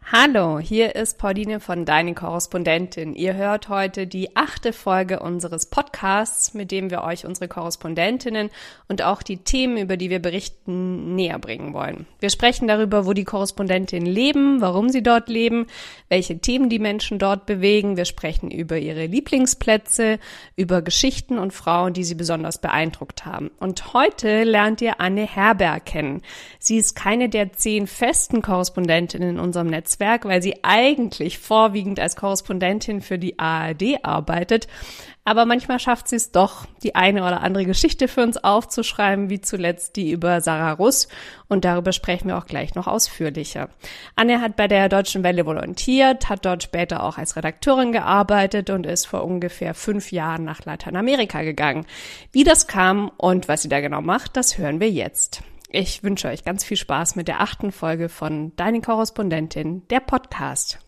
Hallo, hier ist Pauline von Deine Korrespondentin. Ihr hört heute die 8. Folge unseres Podcasts, mit dem wir euch unsere Korrespondentinnen und auch die Themen, über die wir berichten, näher bringen wollen. Wir sprechen darüber, wo die Korrespondentinnen leben, warum sie dort leben, welche Themen die Menschen dort bewegen. Wir sprechen über ihre Lieblingsplätze, über Geschichten und Frauen, die sie besonders beeindruckt haben. Und heute lernt ihr Anne Herberg kennen. Sie ist keine der 10 festen Korrespondentinnen in unserem Netzwerk, weil sie eigentlich vorwiegend als Korrespondentin für die ARD arbeitet. Aber manchmal schafft sie es doch, die eine oder andere Geschichte für uns aufzuschreiben, wie zuletzt die über Sarah Russ. Und darüber sprechen wir auch gleich noch ausführlicher. Anne hat bei der Deutschen Welle volontiert, hat dort später auch als Redakteurin gearbeitet und ist vor ungefähr 5 Jahren nach Lateinamerika gegangen. Wie das kam und was sie da genau macht, das hören wir jetzt. Ich wünsche euch ganz viel Spaß mit der 8. Folge von Deine Korrespondentin, der Podcast.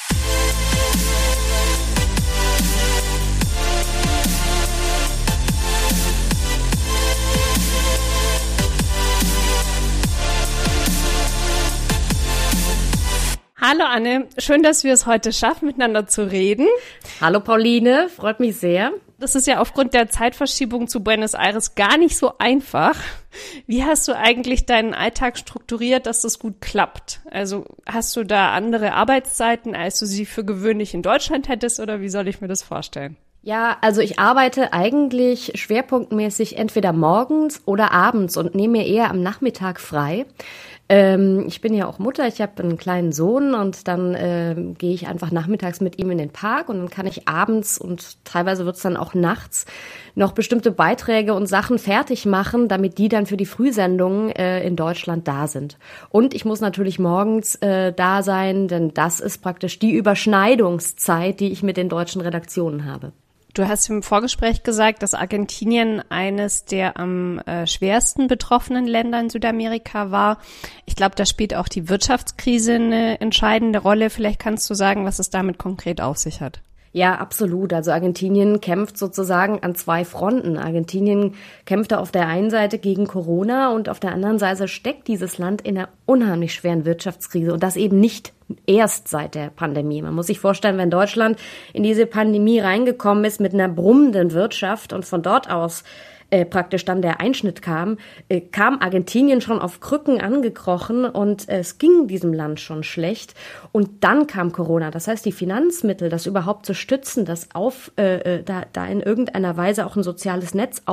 Hallo Anne, schön, dass wir es heute schaffen, miteinander zu reden. Hallo Pauline, freut mich sehr. Das ist ja aufgrund der Zeitverschiebung zu Buenos Aires gar nicht so einfach. Wie hast du eigentlich deinen Alltag strukturiert, dass das gut klappt? Also hast du da andere Arbeitszeiten, als du sie für gewöhnlich in Deutschland hättest, oder wie soll ich mir das vorstellen? Ja, also ich arbeite eigentlich schwerpunktmäßig entweder morgens oder abends und nehme mir eher am Nachmittag frei. Ich bin ja auch Mutter, ich habe einen kleinen Sohn und dann gehe ich einfach nachmittags mit ihm in den Park und dann kann ich abends und teilweise wird es dann auch nachts noch bestimmte Beiträge und Sachen fertig machen, damit die dann für die Frühsendungen in Deutschland da sind. Und ich muss natürlich morgens da sein, denn das ist praktisch die Überschneidungszeit, die ich mit den deutschen Redaktionen habe. Du hast im Vorgespräch gesagt, dass Argentinien eines der am schwersten betroffenen Länder in Südamerika war. Ich glaube, da spielt auch die Wirtschaftskrise eine entscheidende Rolle. Vielleicht kannst du sagen, was es damit konkret auf sich hat. Ja, absolut. Also Argentinien kämpft sozusagen an 2 Fronten. Argentinien kämpfte auf der einen Seite gegen Corona und auf der anderen Seite steckt dieses Land in einer unheimlich schweren Wirtschaftskrise und das eben nicht erst seit der Pandemie. Man muss sich vorstellen, wenn Deutschland in diese Pandemie reingekommen ist mit einer brummenden Wirtschaft und von dort aus praktisch dann der Einschnitt kam Argentinien schon auf Krücken angekrochen und es ging diesem Land schon schlecht. Und dann kam Corona. Das heißt, die Finanzmittel, das überhaupt zu stützen, das da in irgendeiner Weise auch ein soziales Netz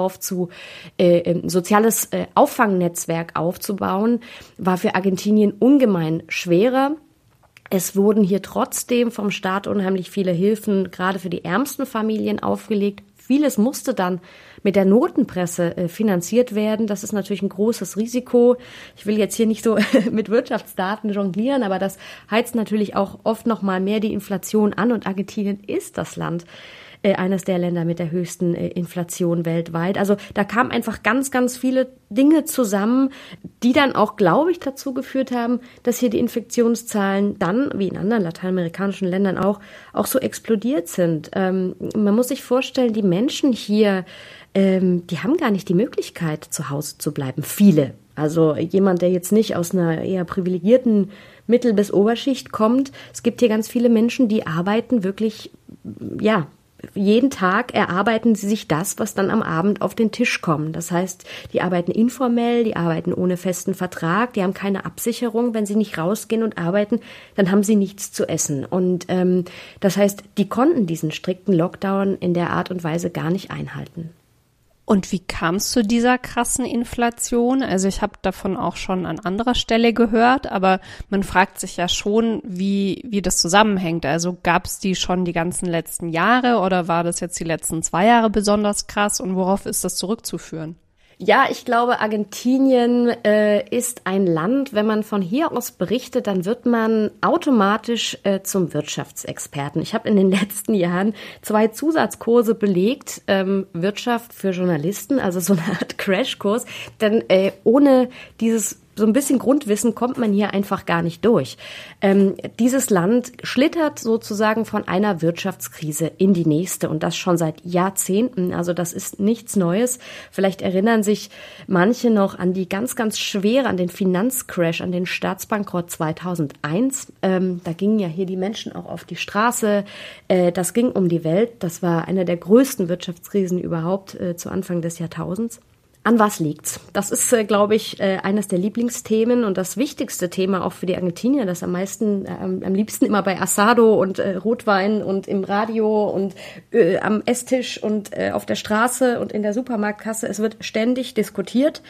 soziales Auffangnetzwerk aufzubauen, war für Argentinien ungemein schwerer. Es wurden hier trotzdem vom Staat unheimlich viele Hilfen, gerade für die ärmsten Familien aufgelegt. Vieles musste dann mit der Notenpresse finanziert werden. Das ist natürlich ein großes Risiko. Ich will jetzt hier nicht so mit Wirtschaftsdaten jonglieren, aber das heizt natürlich auch oft noch mal mehr die Inflation an. Und Argentinien ist das Land, eines der Länder mit der höchsten Inflation weltweit. Also da kamen einfach ganz, ganz viele Dinge zusammen, die dann auch, glaube ich, dazu geführt haben, dass hier die Infektionszahlen dann, wie in anderen lateinamerikanischen Ländern auch so explodiert sind. Man muss sich vorstellen, die Menschen hier, die haben gar nicht die Möglichkeit, zu Hause zu bleiben. Viele. Also jemand, der jetzt nicht aus einer eher privilegierten Mittel- bis Oberschicht kommt. Es gibt hier ganz viele Menschen, die arbeiten wirklich, ja, jeden Tag erarbeiten sie sich das, was dann am Abend auf den Tisch kommt. Das heißt, die arbeiten informell, die arbeiten ohne festen Vertrag, die haben keine Absicherung. Wenn sie nicht rausgehen und arbeiten, dann haben sie nichts zu essen. Und das heißt, die konnten diesen strikten Lockdown in der Art und Weise gar nicht einhalten. Und wie kam es zu dieser krassen Inflation? Also ich habe davon auch schon an anderer Stelle gehört, aber man fragt sich ja schon, wie das zusammenhängt. Also gab es die schon die ganzen letzten Jahre oder war das jetzt die letzten 2 Jahre besonders krass und worauf ist das zurückzuführen? Ja, ich glaube, Argentinien ist ein Land, wenn man von hier aus berichtet, dann wird man automatisch zum Wirtschaftsexperten. Ich habe in den letzten Jahren 2 Zusatzkurse belegt, Wirtschaft für Journalisten, also so eine Art Crashkurs, denn ohne dieses so ein bisschen Grundwissen kommt man hier einfach gar nicht durch. Dieses Land schlittert sozusagen von einer Wirtschaftskrise in die nächste und das schon seit Jahrzehnten. Also das ist nichts Neues. Vielleicht erinnern sich manche noch an die ganz, ganz schwere, an den Finanzcrash, an den Staatsbankrott 2001. Da gingen ja hier die Menschen auch auf die Straße. Das ging um die Welt. Das war eine der größten Wirtschaftskrisen überhaupt zu Anfang des Jahrtausends. An was liegt's? Das ist, glaube ich, eines der Lieblingsthemen und das wichtigste Thema auch für die Argentinier, das am liebsten immer bei Asado und Rotwein und im Radio und am Esstisch und auf der Straße und in der Supermarktkasse. Es wird ständig diskutiert.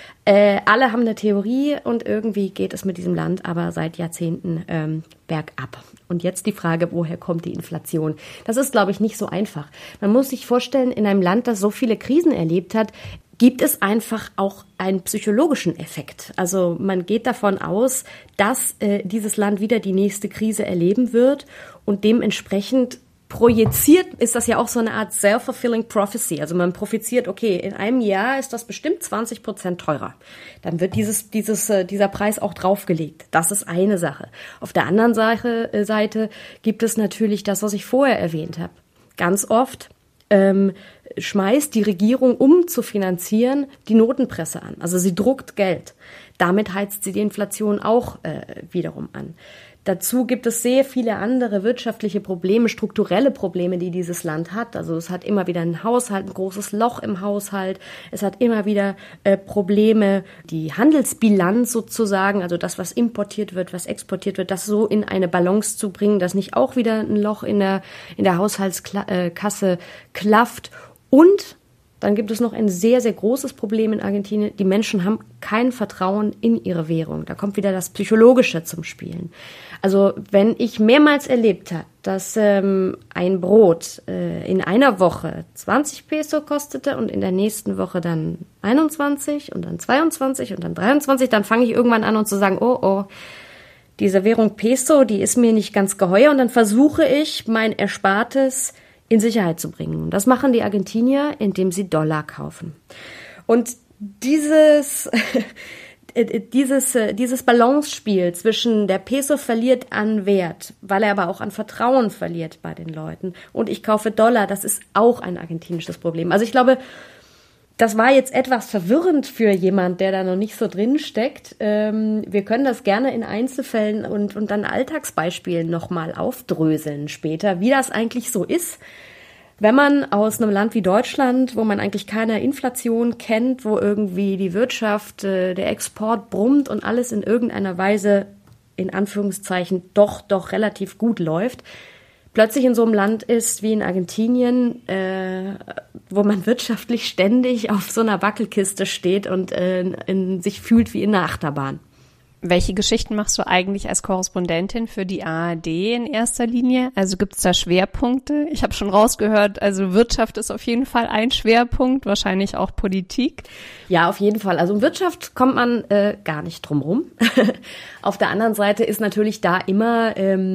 Alle haben eine Theorie und irgendwie geht es mit diesem Land aber seit Jahrzehnten bergab. Und jetzt die Frage, woher kommt die Inflation? Das ist, glaube ich, nicht so einfach. Man muss sich vorstellen, in einem Land, das so viele Krisen erlebt hat, gibt es einfach auch einen psychologischen Effekt. Also man geht davon aus, dass dieses Land wieder die nächste Krise erleben wird und dementsprechend projiziert ist das ja auch so eine Art self-fulfilling prophecy. Also man prophezeiert, okay, in einem Jahr ist das bestimmt 20% teurer. Dann wird dieser Preis auch draufgelegt. Das ist eine Sache. Auf der anderen Seite gibt es natürlich das, was ich vorher erwähnt habe. Ganz oft schmeißt die Regierung, um zu finanzieren, die Notenpresse an. Also sie druckt Geld. Damit heizt sie die Inflation auch wiederum an. Dazu gibt es sehr viele andere wirtschaftliche Probleme, strukturelle Probleme, die dieses Land hat. Also es hat immer wieder einen Haushalt, ein großes Loch im Haushalt. Es hat immer wieder Probleme, die Handelsbilanz sozusagen, also das, was importiert wird, was exportiert wird, das so in eine Balance zu bringen, dass nicht auch wieder ein Loch in der Haushaltskasse klafft. Und dann gibt es noch ein sehr, sehr großes Problem in Argentinien. Die Menschen haben kein Vertrauen in ihre Währung. Da kommt wieder das Psychologische zum Spielen. Also wenn ich mehrmals erlebt habe, dass ein Brot in einer Woche 20 Peso kostete und in der nächsten Woche dann 21 und dann 22 und dann 23, dann fange ich irgendwann an und zu sagen, oh, diese Währung Peso, die ist mir nicht ganz geheuer und dann versuche ich, mein Erspartes in Sicherheit zu bringen. Und das machen die Argentinier, indem sie Dollar kaufen. Und dieses Balance-Spiel zwischen der Peso verliert an Wert, weil er aber auch an Vertrauen verliert bei den Leuten und ich kaufe Dollar, das ist auch ein argentinisches Problem. Also ich glaube, das war jetzt etwas verwirrend für jemand, der da noch nicht so drin steckt. Wir können das gerne in Einzelfällen und dann Alltagsbeispielen nochmal aufdröseln später, wie das eigentlich so ist, wenn man aus einem Land wie Deutschland, wo man eigentlich keine Inflation kennt, wo irgendwie die Wirtschaft, der Export brummt und alles in irgendeiner Weise, in Anführungszeichen, doch relativ gut läuft, plötzlich in so einem Land ist wie in Argentinien, wo man wirtschaftlich ständig auf so einer Wackelkiste steht und sich fühlt wie in einer Achterbahn. Welche Geschichten machst du eigentlich als Korrespondentin für die ARD in erster Linie? Also gibt es da Schwerpunkte? Ich habe schon rausgehört, also Wirtschaft ist auf jeden Fall ein Schwerpunkt, wahrscheinlich auch Politik. Ja, auf jeden Fall. Also um Wirtschaft kommt man gar nicht drum rum. Auf der anderen Seite ist natürlich da immer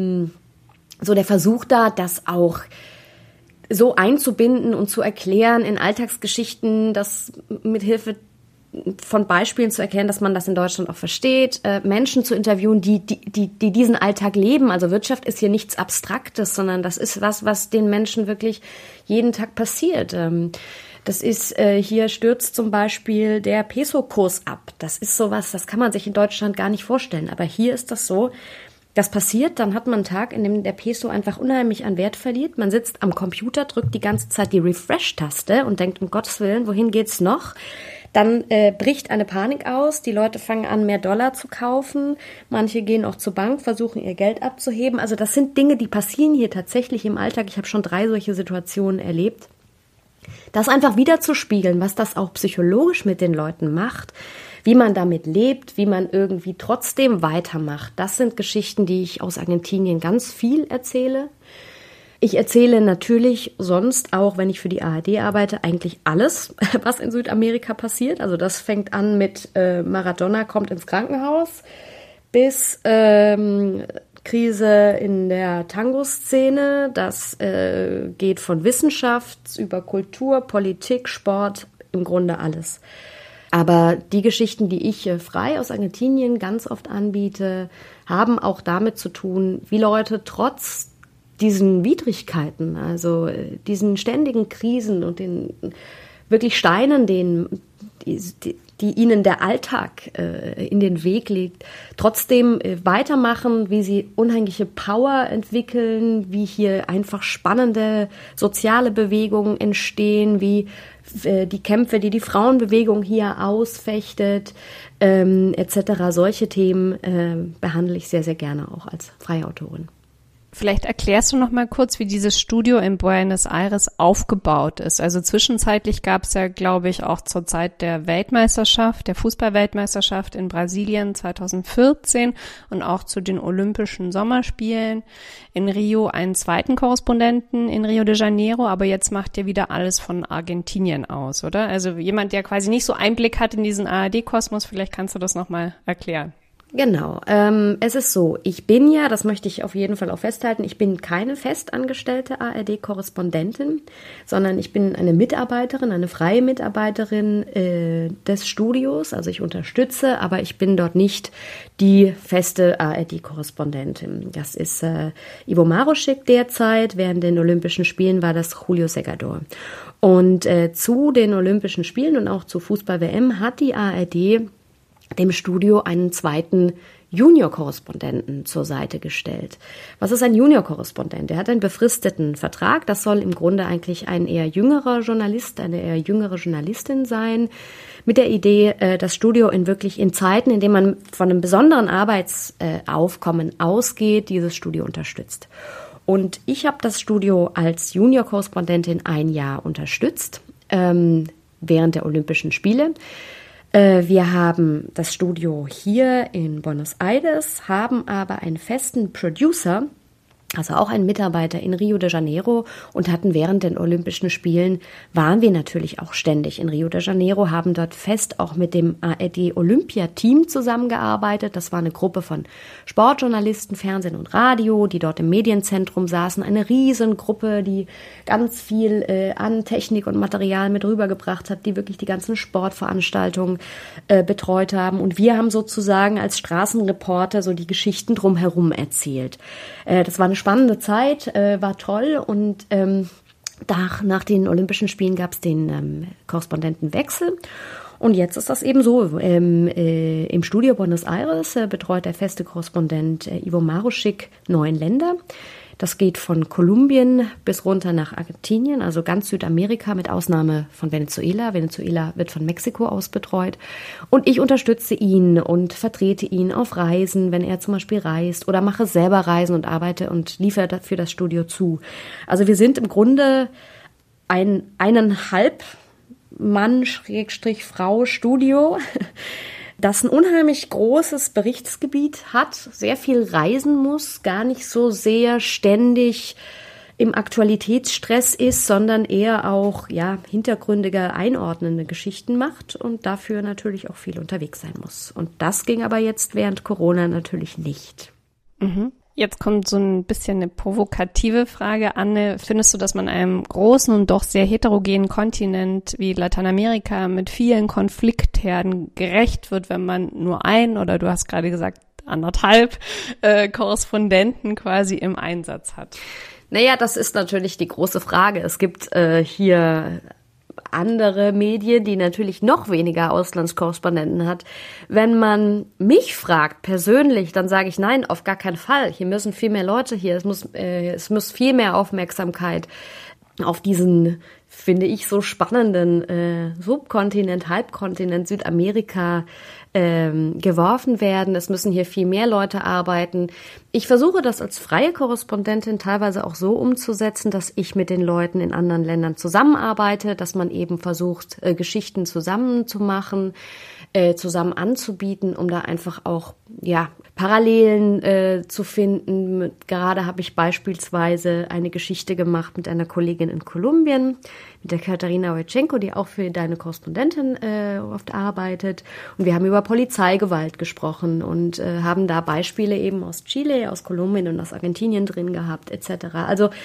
so der Versuch da, das auch so einzubinden und zu erklären in Alltagsgeschichten, das mit Hilfe von Beispielen zu erkennen, dass man das in Deutschland auch versteht, Menschen zu interviewen, die diesen Alltag leben. Also Wirtschaft ist hier nichts Abstraktes, sondern das ist was den Menschen wirklich jeden Tag passiert. Das ist, hier stürzt zum Beispiel der Peso-Kurs ab. Das ist sowas, das kann man sich in Deutschland gar nicht vorstellen. Aber hier ist das so. Das passiert, dann hat man einen Tag, in dem der Peso einfach unheimlich an Wert verliert. Man sitzt am Computer, drückt die ganze Zeit die Refresh-Taste und denkt, um Gottes Willen, wohin geht's noch? Dann bricht eine Panik aus, die Leute fangen an, mehr Dollar zu kaufen, manche gehen auch zur Bank, versuchen ihr Geld abzuheben. Also das sind Dinge, die passieren hier tatsächlich im Alltag. Ich habe schon 3 solche Situationen erlebt. Das einfach wiederzuspiegeln, was das auch psychologisch mit den Leuten macht, wie man damit lebt, wie man irgendwie trotzdem weitermacht. Das sind Geschichten, die ich aus Argentinien ganz viel erzähle. Ich erzähle natürlich sonst auch, wenn ich für die ARD arbeite, eigentlich alles, was in Südamerika passiert. Also das fängt an mit Maradona kommt ins Krankenhaus bis Krise in der Tango-Szene. Das geht von Wissenschaft über Kultur, Politik, Sport, im Grunde alles. Aber die Geschichten, die ich frei aus Argentinien ganz oft anbiete, haben auch damit zu tun, wie Leute trotz diesen Widrigkeiten, also diesen ständigen Krisen und den wirklich Steinen, die ihnen der Alltag in den Weg legt, trotzdem weitermachen, wie sie unheimliche Power entwickeln, wie hier einfach spannende soziale Bewegungen entstehen, wie die Kämpfe, die Frauenbewegung hier ausfechtet, etc. Solche Themen behandle ich sehr, sehr gerne auch als freie Autorin. Vielleicht erklärst du noch mal kurz, wie dieses Studio in Buenos Aires aufgebaut ist. Also zwischenzeitlich gab es ja, glaube ich, auch zur Zeit der Weltmeisterschaft, der Fußball-Weltmeisterschaft in Brasilien 2014 und auch zu den Olympischen Sommerspielen in Rio einen zweiten Korrespondenten in Rio de Janeiro, aber jetzt macht ihr wieder alles von Argentinien aus, oder? Also jemand, der quasi nicht so Einblick hat in diesen ARD-Kosmos, vielleicht kannst du das noch mal erklären. Genau, es ist so, ich bin ja, das möchte ich auf jeden Fall auch festhalten, ich bin keine festangestellte ARD-Korrespondentin, sondern ich bin eine Mitarbeiterin, eine freie Mitarbeiterin des Studios, also ich unterstütze, aber ich bin dort nicht die feste ARD-Korrespondentin. Das ist Ivo Marušik derzeit, während den Olympischen Spielen war das Julio Segador. Und zu den Olympischen Spielen und auch zu Fußball-WM hat die ARD dem Studio einen zweiten Junior-Korrespondenten zur Seite gestellt. Was ist ein Junior-Korrespondent? Der hat einen befristeten Vertrag. Das soll im Grunde eigentlich ein eher jüngerer Journalist, eine eher jüngere Journalistin sein, mit der Idee, das Studio in Zeiten, in denen man von einem besonderen Arbeitsaufkommen ausgeht, dieses Studio unterstützt. Und ich habe das Studio als Junior-Korrespondentin ein Jahr unterstützt, während der Olympischen Spiele. Wir haben das Studio hier in Buenos Aires, haben aber einen festen Producer, also auch einen Mitarbeiter in Rio de Janeiro und hatten während den Olympischen Spielen, waren wir natürlich auch ständig in Rio de Janeiro, haben dort fest auch mit dem ARD-Olympia-Team zusammengearbeitet. Das war eine Gruppe von Sportjournalisten, Fernsehen und Radio, die dort im Medienzentrum saßen. Eine Riesengruppe, die ganz viel an Technik und Material mit rübergebracht hat, die wirklich die ganzen Sportveranstaltungen betreut haben. Und wir haben sozusagen als Straßenreporter so die Geschichten drumherum erzählt. Das war eine spannende Zeit, war toll und nach den Olympischen Spielen gab es den Korrespondentenwechsel und jetzt ist das eben so. Im Studio Buenos Aires betreut der feste Korrespondent Ivo Marušik 9 Länder. Das geht von Kolumbien bis runter nach Argentinien, also ganz Südamerika mit Ausnahme von Venezuela. Venezuela wird von Mexiko aus betreut. Und ich unterstütze ihn und vertrete ihn auf Reisen, wenn er zum Beispiel reist oder mache selber Reisen und arbeite und liefere für das Studio zu. Also wir sind im Grunde ein 1,5 Mann-Frau-Studio, das ein unheimlich großes Berichtsgebiet hat, sehr viel reisen muss, gar nicht so sehr ständig im Aktualitätsstress ist, sondern eher auch hintergründige, einordnende Geschichten macht und dafür natürlich auch viel unterwegs sein muss. Und das ging aber jetzt während Corona natürlich nicht. Mhm. Jetzt kommt so ein bisschen eine provokative Frage, Anne. Findest du, dass man einem großen und doch sehr heterogenen Kontinent wie Lateinamerika mit vielen Konfliktherden gerecht wird, wenn man nur oder du hast gerade gesagt 1,5 Korrespondenten quasi im Einsatz hat? Naja, das ist natürlich die große Frage. Es gibt hier andere Medien, die natürlich noch weniger Auslandskorrespondenten hat. Wenn man mich fragt persönlich, dann sage ich nein, auf gar keinen Fall. Hier müssen viel mehr Leute hier. Es muss viel mehr Aufmerksamkeit auf diesen, finde ich, so spannenden Subkontinent, Halbkontinent Südamerika geworfen werden. Es müssen hier viel mehr Leute arbeiten. Ich versuche das als freie Korrespondentin teilweise auch so umzusetzen, dass ich mit den Leuten in anderen Ländern zusammenarbeite, dass man eben versucht, Geschichten zusammen zu machen, zusammen anzubieten, um da einfach auch Parallelen zu finden. Gerade habe ich beispielsweise eine Geschichte gemacht mit einer Kollegin in Kolumbien, mit der Katharina Wojtschenko, die auch für Deine Korrespondentin oft arbeitet. Und wir haben über Polizeigewalt gesprochen und haben da Beispiele eben aus Chile, aus Kolumbien und aus Argentinien drin gehabt, etc. Also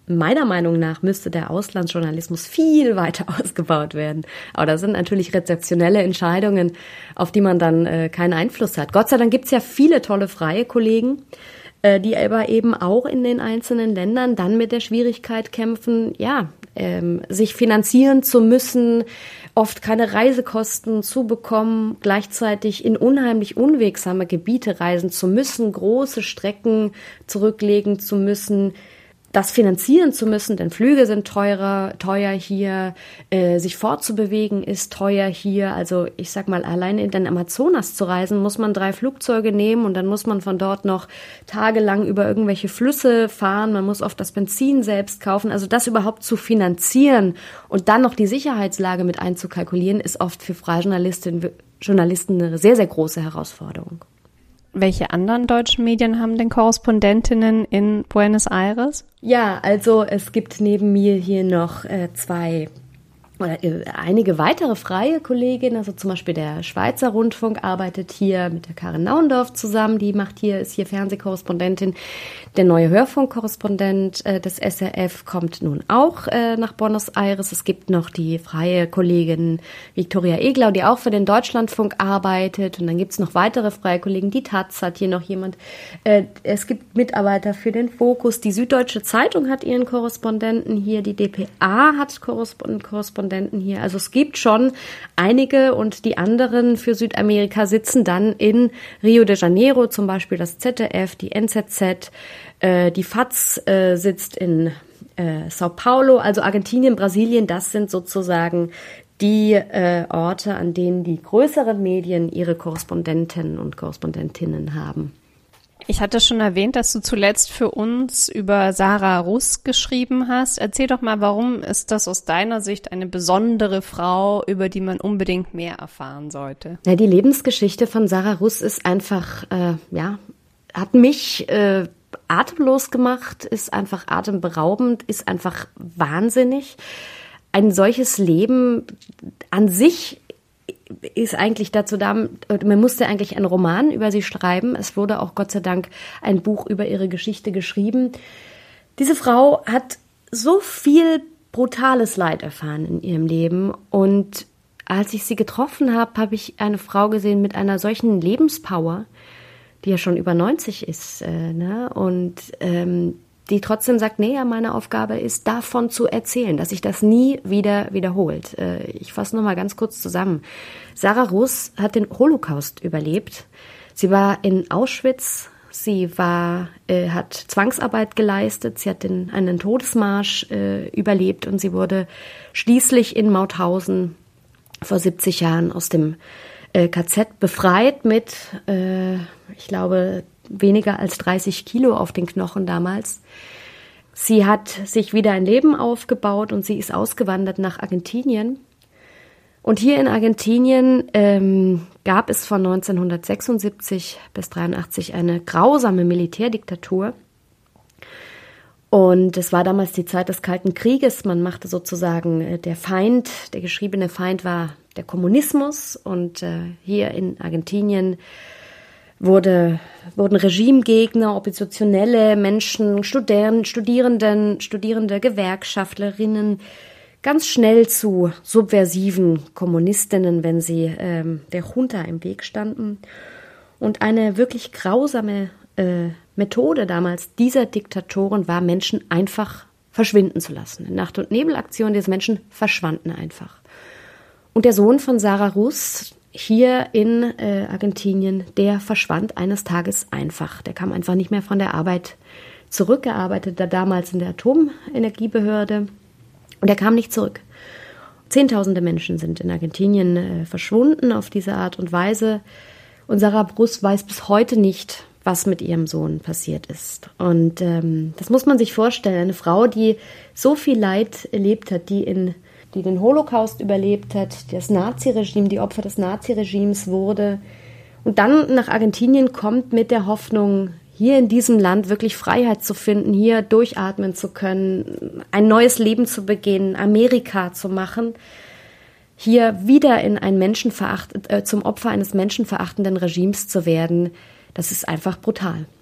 meiner Meinung nach müsste der Auslandsjournalismus viel weiter ausgebaut werden. Aber das sind natürlich rezeptionelle Entscheidungen, auf die man dann keinen Einfluss hat. Gott sei Dank gibt's ja viele tolle freie Kollegen, die aber eben auch in den einzelnen Ländern dann mit der Schwierigkeit kämpfen, sich finanzieren zu müssen, oft keine Reisekosten zu bekommen, gleichzeitig in unheimlich unwegsame Gebiete reisen zu müssen, große Strecken zurücklegen zu müssen, das finanzieren zu müssen, denn Flüge sind teuer hier, sich fortzubewegen ist teuer hier. Also ich sag mal, allein in den Amazonas zu reisen, muss man 3 Flugzeuge nehmen und dann muss man von dort noch tagelang über irgendwelche Flüsse fahren. Man muss oft das Benzin selbst kaufen. Also das überhaupt zu finanzieren und dann noch die Sicherheitslage mit einzukalkulieren, ist oft für freie Journalisten eine sehr, sehr große Herausforderung. Welche anderen deutschen Medien haben denn Korrespondentinnen in Buenos Aires? Ja, also es gibt neben mir hier noch einige weitere freie Kolleginnen, also zum Beispiel der Schweizer Rundfunk arbeitet hier mit der Karin Nauendorf zusammen, ist hier Fernsehkorrespondentin. Der neue Hörfunkkorrespondent des SRF kommt nun auch nach Buenos Aires. Es gibt noch die freie Kollegin Viktoria Eglau, die auch für den Deutschlandfunk arbeitet. Und dann gibt's noch weitere freie Kollegen. Die Taz hat hier noch jemand. Es gibt Mitarbeiter für den Fokus. Die Süddeutsche Zeitung hat ihren Korrespondenten hier. Die dpa hat Korrespondenten hier. Also es gibt schon einige und die anderen für Südamerika sitzen dann in Rio de Janeiro, zum Beispiel das ZDF, die NZZ, die FAZ sitzt in Sao Paulo, also Argentinien, Brasilien, das sind sozusagen die Orte, an denen die größeren Medien ihre Korrespondenten und Korrespondentinnen haben. Ich hatte schon erwähnt, dass du zuletzt für uns über Sarah Russ geschrieben hast. Erzähl doch mal, warum ist das aus deiner Sicht eine besondere Frau, über die man unbedingt mehr erfahren sollte? Ja, die Lebensgeschichte von Sarah Russ ist einfach, hat mich atemlos gemacht, ist einfach atemberaubend, ist einfach wahnsinnig. Ein solches Leben an sich ist eigentlich dazu da, man musste eigentlich einen Roman über sie schreiben. Es wurde auch Gott sei Dank ein Buch über ihre Geschichte geschrieben. Diese Frau hat so viel brutales Leid erfahren in ihrem Leben und als ich sie getroffen habe, habe ich eine Frau gesehen mit einer solchen Lebenspower, die ja schon über 90 ist, und die trotzdem sagt, meine Aufgabe ist, davon zu erzählen, dass sich das nie wieder wiederholt. Ich fasse nochmal ganz kurz zusammen. Sarah Russ hat den Holocaust überlebt. Sie war in Auschwitz, sie hat Zwangsarbeit geleistet, sie hat einen Todesmarsch überlebt und sie wurde schließlich in Mauthausen vor 70 Jahren aus dem KZ befreit mit, ich glaube, weniger als 30 Kilo auf den Knochen damals. Sie hat sich wieder ein Leben aufgebaut und sie ist ausgewandert nach Argentinien. Und hier in Argentinien gab es von 1976 bis 1983 eine grausame Militärdiktatur. Und es war damals die Zeit des Kalten Krieges. Man machte sozusagen der geschriebene Feind war der Kommunismus. Und hier in Argentinien wurden Regimegegner, oppositionelle Menschen, Studierende, Gewerkschaftlerinnen ganz schnell zu subversiven Kommunistinnen, wenn sie der Junta im Weg standen. Und eine wirklich grausame Methode damals dieser Diktatoren war, Menschen einfach verschwinden zu lassen. In Nacht- und Nebelaktionen, diese Menschen verschwanden einfach. Und der Sohn von Sarah Russ hier in Argentinien, der verschwand eines Tages einfach. Der kam einfach nicht mehr von der Arbeit zurück. Er arbeitete damals in der Atomenergiebehörde und er kam nicht zurück. Zehntausende Menschen sind in Argentinien verschwunden auf diese Art und Weise. Und Sarah Russ weiß bis heute nicht, was mit ihrem Sohn passiert ist. Und das muss man sich vorstellen. Eine Frau, die so viel Leid erlebt hat, die den Holocaust überlebt hat, das Naziregime, die Opfer des Naziregimes wurde und dann nach Argentinien kommt mit der Hoffnung, hier in diesem Land wirklich Freiheit zu finden, hier durchatmen zu können, ein neues Leben zu beginnen, Amerika zu machen, hier wieder in zum Opfer eines menschenverachtenden Regimes zu werden, das ist einfach brutal.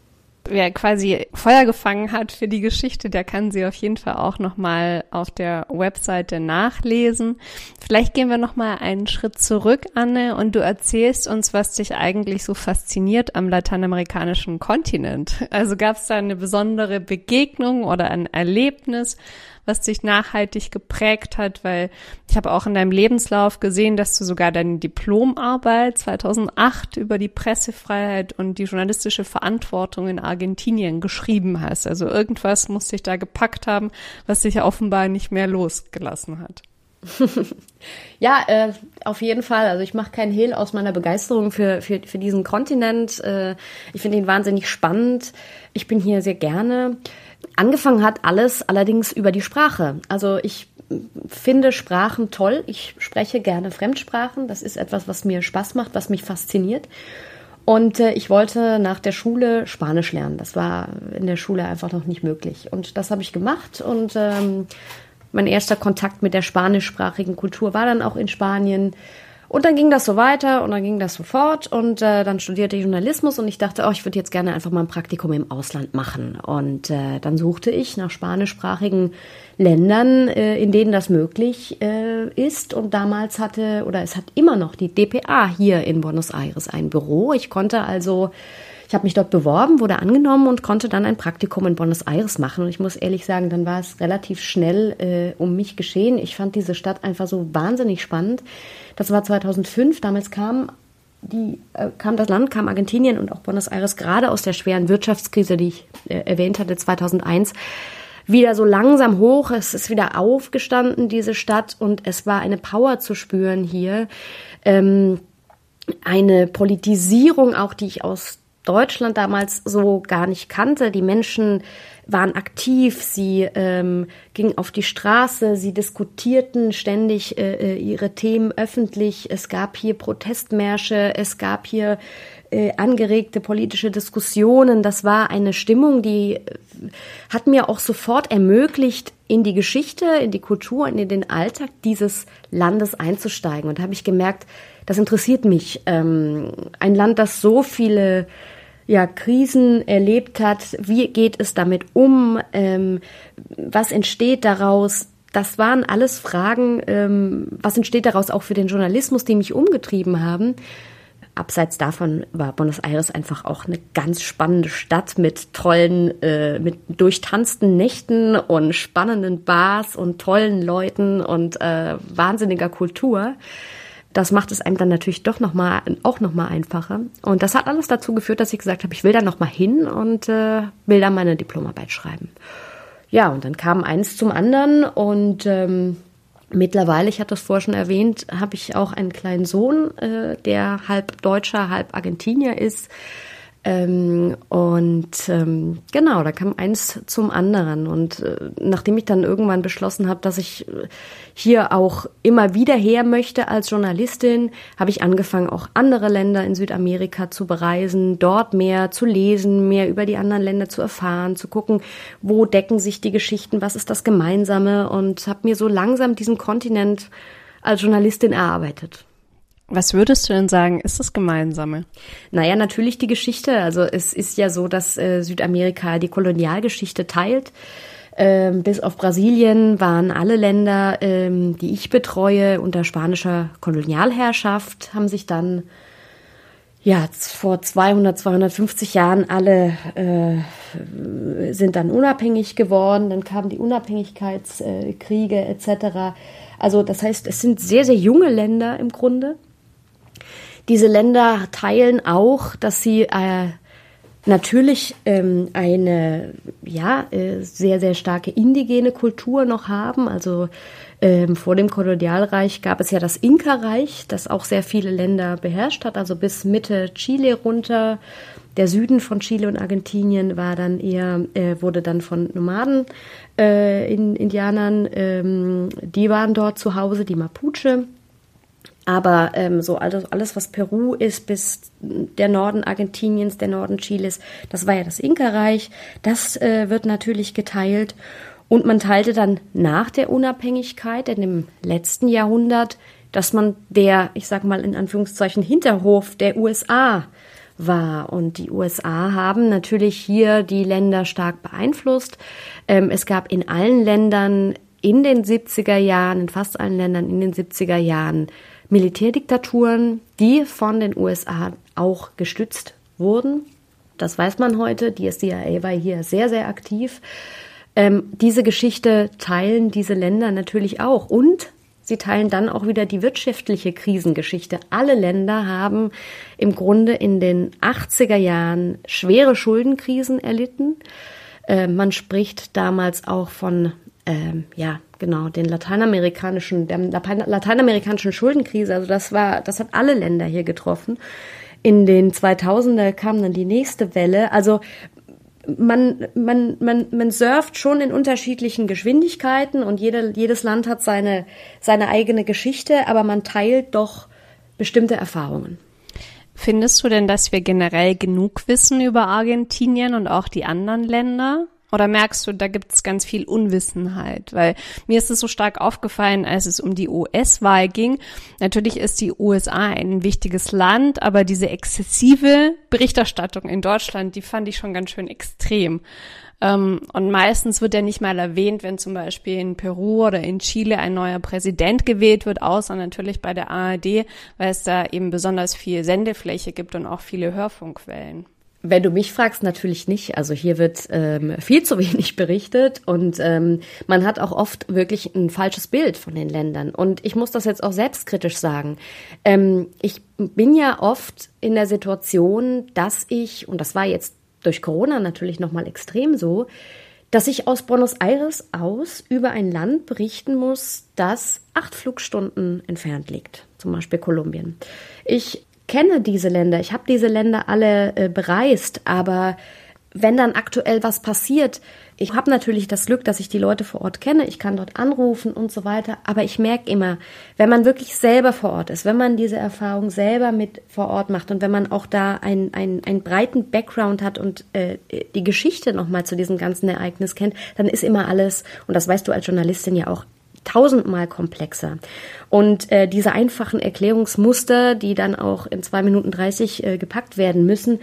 wer quasi Feuer gefangen hat für die Geschichte, der kann sie auf jeden Fall auch nochmal auf der Webseite nachlesen. Vielleicht gehen wir nochmal einen Schritt zurück, Anne, und du erzählst uns, was dich eigentlich so fasziniert am lateinamerikanischen Kontinent. Also gab es da eine besondere Begegnung oder ein Erlebnis, was dich nachhaltig geprägt hat, weil ich habe auch in deinem Lebenslauf gesehen, dass du sogar deine Diplomarbeit 2008 über die Pressefreiheit und die journalistische Verantwortung in Argentinien geschrieben hast. Also irgendwas muss dich da gepackt haben, was dich ja offenbar nicht mehr losgelassen hat. Ja, auf jeden Fall. Also ich mache keinen Hehl aus meiner Begeisterung für diesen Kontinent. Ich finde ihn wahnsinnig spannend. Ich bin hier sehr gerne. Angefangen hat alles allerdings über die Sprache. Also ich finde Sprachen toll. Ich spreche gerne Fremdsprachen. Das ist etwas, was mir Spaß macht, was mich fasziniert. Und ich wollte nach der Schule Spanisch lernen. Das war in der Schule einfach noch nicht möglich. Und das habe ich gemacht. Und mein erster Kontakt mit der spanischsprachigen Kultur war dann auch in Spanien. Und dann ging das so weiter und dann ging das so fort und dann studierte ich Journalismus und ich dachte, ich würde jetzt gerne einfach mal ein Praktikum im Ausland machen. Und dann suchte ich nach spanischsprachigen Ländern, in denen das möglich ist. Und damals es hat immer noch die dpa hier in Buenos Aires ein Büro. Ich habe mich dort beworben, wurde angenommen und konnte dann ein Praktikum in Buenos Aires machen. Und ich muss ehrlich sagen, dann war es relativ schnell um mich geschehen. Ich fand diese Stadt einfach so wahnsinnig spannend. Das war 2005. Damals kam Argentinien und auch Buenos Aires gerade aus der schweren Wirtschaftskrise, die ich erwähnt hatte, 2001, wieder so langsam hoch. Es ist wieder aufgestanden, diese Stadt, und es war eine Power zu spüren hier. Eine Politisierung auch, die ich aus Deutschland damals so gar nicht kannte. Die Menschen waren aktiv, sie gingen auf die Straße, sie diskutierten ständig ihre Themen öffentlich. Es gab hier Protestmärsche, es gab hier angeregte politische Diskussionen. Das war eine Stimmung, die hat mir auch sofort ermöglicht, in die Geschichte, in die Kultur und in den Alltag dieses Landes einzusteigen. Und da habe ich gemerkt, das interessiert mich. Ein Land, das so viele Krisen erlebt hat. Wie geht es damit um? Was entsteht daraus? Das waren alles Fragen, was entsteht daraus auch für den Journalismus, die mich umgetrieben haben. Abseits davon war Buenos Aires einfach auch eine ganz spannende Stadt mit tollen, mit durchtanzten Nächten und spannenden Bars und tollen Leuten und wahnsinniger Kultur. Das macht es einem dann natürlich doch noch mal einfacher. Und das hat alles dazu geführt, dass ich gesagt habe, ich will da noch mal hin und will da meine Diplomarbeit schreiben. Ja, und dann kam eins zum anderen und mittlerweile, ich hatte das vorher schon erwähnt, habe ich auch einen kleinen Sohn, der halb Deutscher, halb Argentinier ist. Genau, da kam eins zum anderen. Und nachdem ich dann irgendwann beschlossen habe, dass ich hier auch immer wieder her möchte als Journalistin, habe ich angefangen, auch andere Länder in Südamerika zu bereisen, dort mehr zu lesen, mehr über die anderen Länder zu erfahren, zu gucken, wo decken sich die Geschichten, was ist das Gemeinsame, und habe mir so langsam diesen Kontinent als Journalistin erarbeitet. Was würdest du denn sagen, ist das Gemeinsame? Naja, natürlich die Geschichte. Also es ist ja so, dass Südamerika die Kolonialgeschichte teilt. Bis auf Brasilien waren alle Länder, die ich betreue, unter spanischer Kolonialherrschaft, haben sich dann vor 250 Jahren alle sind dann unabhängig geworden. Dann kamen die Unabhängigkeitskriege etc. Also das heißt, es sind sehr, sehr junge Länder im Grunde. Diese Länder teilen auch, dass sie natürlich eine sehr, sehr starke indigene Kultur noch haben. Also vor dem Kolonialreich gab es ja das Inka-Reich, das auch sehr viele Länder beherrscht hat, also bis Mitte Chile runter. Der Süden von Chile und Argentinien wurde dann von Nomaden, Indianern, die waren dort zu Hause, die Mapuche. Aber so alles, was Peru ist, bis der Norden Argentiniens, der Norden Chiles, das war ja das Inka-Reich. Das wird natürlich geteilt. Und man teilte dann nach der Unabhängigkeit in dem letzten Jahrhundert, dass man ich sag mal in Anführungszeichen, Hinterhof der USA war. Und die USA haben natürlich hier die Länder stark beeinflusst. Es gab in allen Ländern in den 70er Jahren, in fast allen Ländern in den 70er Jahren Militärdiktaturen, die von den USA auch gestützt wurden. Das weiß man heute. Die CIA war hier sehr, sehr aktiv. Diese Geschichte teilen diese Länder natürlich auch. Und sie teilen dann auch wieder die wirtschaftliche Krisengeschichte. Alle Länder haben im Grunde in den 80er Jahren schwere Schuldenkrisen erlitten. Man spricht damals auch von der lateinamerikanischen Schuldenkrise. Also das hat alle Länder hier getroffen. In den 2000er kam dann die nächste Welle. Also man surft schon in unterschiedlichen Geschwindigkeiten und jedes Land hat seine eigene Geschichte, aber man teilt doch bestimmte Erfahrungen. Findest du denn, dass wir generell genug wissen über Argentinien und auch die anderen Länder? Oder merkst du, da gibt es ganz viel Unwissenheit? Weil mir ist es so stark aufgefallen, als es um die US-Wahl ging. Natürlich ist die USA ein wichtiges Land, aber diese exzessive Berichterstattung in Deutschland, die fand ich schon ganz schön extrem. Und meistens wird ja nicht mal erwähnt, wenn zum Beispiel in Peru oder in Chile ein neuer Präsident gewählt wird, außer natürlich bei der ARD, weil es da eben besonders viel Sendefläche gibt und auch viele Hörfunkwellen. Wenn du mich fragst, natürlich nicht. Also hier wird viel zu wenig berichtet und man hat auch oft wirklich ein falsches Bild von den Ländern. Und ich muss das jetzt auch selbstkritisch sagen. Ich bin ja oft in der Situation, dass ich, und das war jetzt durch Corona natürlich nochmal extrem so, dass ich aus Buenos Aires aus über ein Land berichten muss, das 8 Flugstunden entfernt liegt, zum Beispiel Kolumbien. Ich kenne diese Länder, ich habe diese Länder alle bereist, aber wenn dann aktuell was passiert, ich habe natürlich das Glück, dass ich die Leute vor Ort kenne, ich kann dort anrufen und so weiter, aber ich merke immer, wenn man wirklich selber vor Ort ist, wenn man diese Erfahrung selber mit vor Ort macht und wenn man auch da einen breiten Background hat und die Geschichte nochmal zu diesem ganzen Ereignis kennt, dann ist immer alles, und das weißt du als Journalistin ja auch, 1000-mal komplexer. Und diese einfachen Erklärungsmuster, die dann auch in 2 Minuten 30 gepackt werden müssen,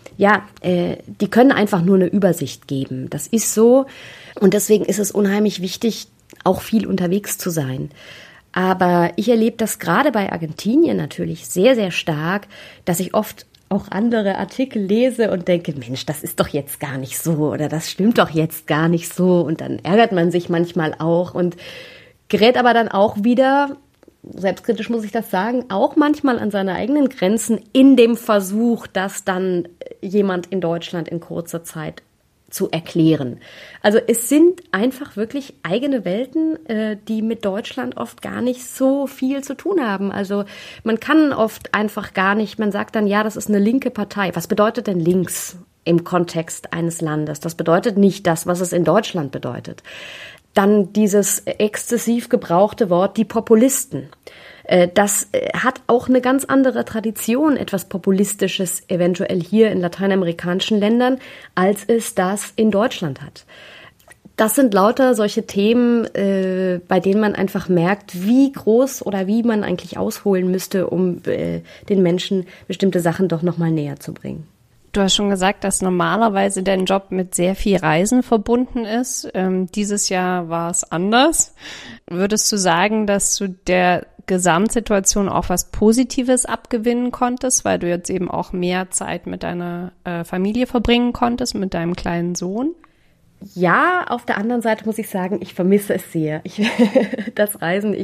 die können einfach nur eine Übersicht geben. Das ist so. Und deswegen ist es unheimlich wichtig, auch viel unterwegs zu sein. Aber ich erlebe das gerade bei Argentinien natürlich sehr, sehr stark, dass ich oft auch andere Artikel lese und denke, Mensch, das ist doch jetzt gar nicht so oder das stimmt doch jetzt gar nicht so. Und dann ärgert man sich manchmal auch und gerät aber dann auch wieder, selbstkritisch muss ich das sagen, auch manchmal an seine eigenen Grenzen in dem Versuch, das dann jemand in Deutschland in kurzer Zeit zu erklären. Also es sind einfach wirklich eigene Welten, die mit Deutschland oft gar nicht so viel zu tun haben. Also man kann oft einfach gar nicht, man sagt dann, ja, das ist eine linke Partei. Was bedeutet denn links im Kontext eines Landes? Das bedeutet nicht das, was es in Deutschland bedeutet. Dann dieses exzessiv gebrauchte Wort, die Populisten. Das hat auch eine ganz andere Tradition, etwas Populistisches eventuell hier in lateinamerikanischen Ländern, als es das in Deutschland hat. Das sind lauter solche Themen, bei denen man einfach merkt, wie groß oder wie man eigentlich ausholen müsste, um den Menschen bestimmte Sachen doch nochmal näher zu bringen. Du hast schon gesagt, dass normalerweise dein Job mit sehr viel Reisen verbunden ist. Dieses Jahr war es anders. Würdest du sagen, dass du der Gesamtsituation auch was Positives abgewinnen konntest, weil du jetzt eben auch mehr Zeit mit deiner Familie verbringen konntest, mit deinem kleinen Sohn? Ja, auf der anderen Seite muss ich sagen, ich vermisse es sehr. Das Reisen,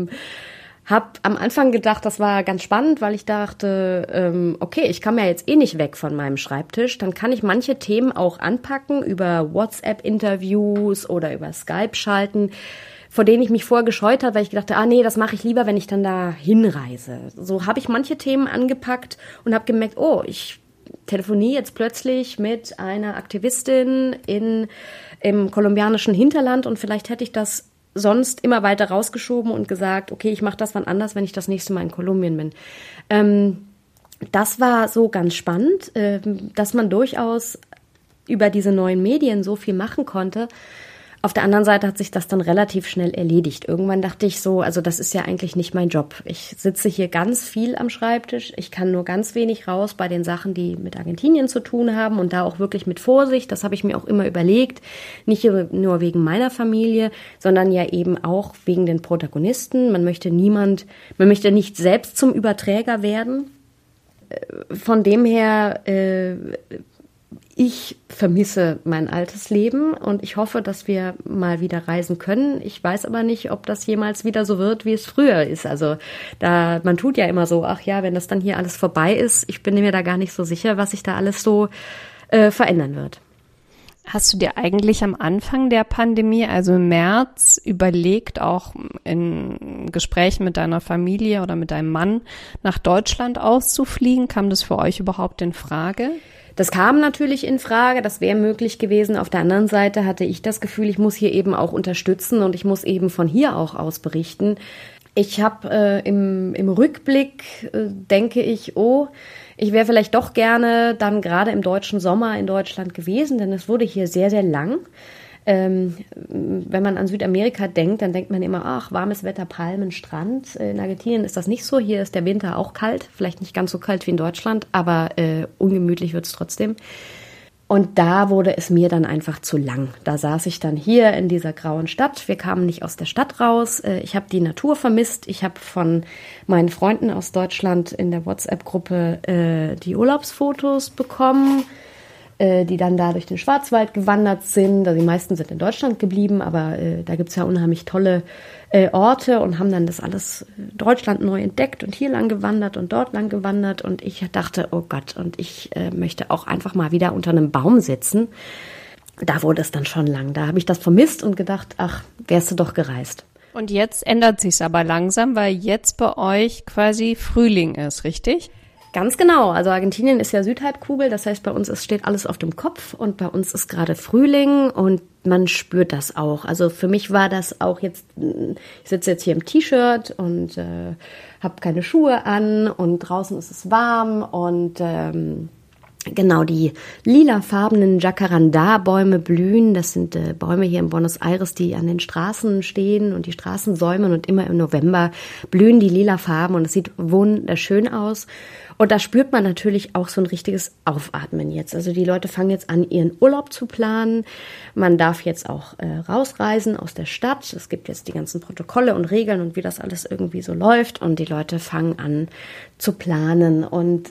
hab am Anfang gedacht, das war ganz spannend, weil ich dachte, okay, ich kann ja jetzt eh nicht weg von meinem Schreibtisch, dann kann ich manche Themen auch anpacken über WhatsApp-Interviews oder über Skype schalten, vor denen ich mich vorher gescheut habe, weil ich dachte, nee, das mache ich lieber, wenn ich dann da hinreise. So habe ich manche Themen angepackt und habe gemerkt, ich telefoniere jetzt plötzlich mit einer Aktivistin im kolumbianischen Hinterland und vielleicht hätte ich das sonst immer weiter rausgeschoben und gesagt, okay, ich mache das wann anders, wenn ich das nächste Mal in Kolumbien bin. Das war so ganz spannend, dass man durchaus über diese neuen Medien so viel machen konnte. Auf der anderen Seite hat sich das dann relativ schnell erledigt. Irgendwann dachte ich so, also das ist ja eigentlich nicht mein Job. Ich sitze hier ganz viel am Schreibtisch. Ich kann nur ganz wenig raus bei den Sachen, die mit Argentinien zu tun haben und da auch wirklich mit Vorsicht. Das habe ich mir auch immer überlegt. Nicht nur wegen meiner Familie, sondern ja eben auch wegen den Protagonisten. Man möchte nicht selbst zum Überträger werden. Von dem her, ich vermisse mein altes Leben und ich hoffe, dass wir mal wieder reisen können. Ich weiß aber nicht, ob das jemals wieder so wird, wie es früher ist. Also man tut ja immer so, ach ja, wenn das dann hier alles vorbei ist, ich bin mir da gar nicht so sicher, was sich da alles so verändern wird. Hast du dir eigentlich am Anfang der Pandemie, also im März, überlegt, auch in Gesprächen mit deiner Familie oder mit deinem Mann nach Deutschland auszufliegen? Kam das für euch überhaupt in Frage? Das kam natürlich in Frage, das wäre möglich gewesen. Auf der anderen Seite hatte ich das Gefühl, ich muss hier eben auch unterstützen und ich muss eben von hier auch aus berichten. Ich habe im Rückblick, denke ich, ich wäre vielleicht doch gerne dann gerade im deutschen Sommer in Deutschland gewesen, denn es wurde hier sehr, sehr lang. Wenn man an Südamerika denkt, dann denkt man immer, ach, warmes Wetter, Palmen, Strand. In Argentinien ist das nicht so. Hier ist der Winter auch kalt, vielleicht nicht ganz so kalt wie in Deutschland, aber ungemütlich wird es trotzdem. Und da wurde es mir dann einfach zu lang. Da saß ich dann hier in dieser grauen Stadt. Wir kamen nicht aus der Stadt raus. Ich habe die Natur vermisst. Ich habe von meinen Freunden aus Deutschland in der WhatsApp-Gruppe die Urlaubsfotos bekommen, die dann da durch den Schwarzwald gewandert sind. Also die meisten sind in Deutschland geblieben, aber da gibt's ja unheimlich tolle Orte und haben dann das alles Deutschland neu entdeckt und hier lang gewandert und dort lang gewandert. Und ich dachte, oh Gott, und ich möchte auch einfach mal wieder unter einem Baum sitzen. Da wurde es dann schon lang. Da habe ich das vermisst und gedacht, ach, wärst du doch gereist. Und jetzt ändert sich's aber langsam, weil jetzt bei euch quasi Frühling ist, richtig? Ganz genau. Also Argentinien ist ja Südhalbkugel, das heißt, bei uns steht alles auf dem Kopf und bei uns ist gerade Frühling und man spürt das auch. Also für mich war das auch jetzt, ich sitze jetzt hier im T-Shirt und habe keine Schuhe an und draußen ist es warm und genau, die lilafarbenen Jacarandá-Bäume blühen. Das sind Bäume hier in Buenos Aires, die an den Straßen stehen und die Straßen säumen und immer im November blühen die lila Farben und es sieht wunderschön aus. Und da spürt man natürlich auch so ein richtiges Aufatmen jetzt. Also die Leute fangen jetzt an, ihren Urlaub zu planen. Man darf jetzt auch rausreisen aus der Stadt. Es gibt jetzt die ganzen Protokolle und Regeln und wie das alles irgendwie so läuft. Und die Leute fangen an zu planen. Und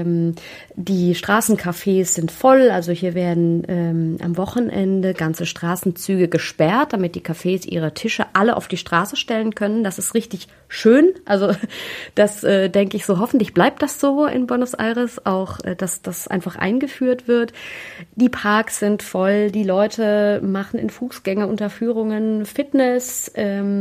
die Straßencafés sind voll. Also hier werden am Wochenende ganze Straßenzüge gesperrt, damit die Cafés ihre Tische alle auf die Straße stellen können. Das ist richtig schön. Also das denke ich so, hoffentlich bleibt das so in Buenos Aires, auch dass das einfach eingeführt wird. Die Parks sind voll, die Leute machen in Fußgängerunterführungen Fitness.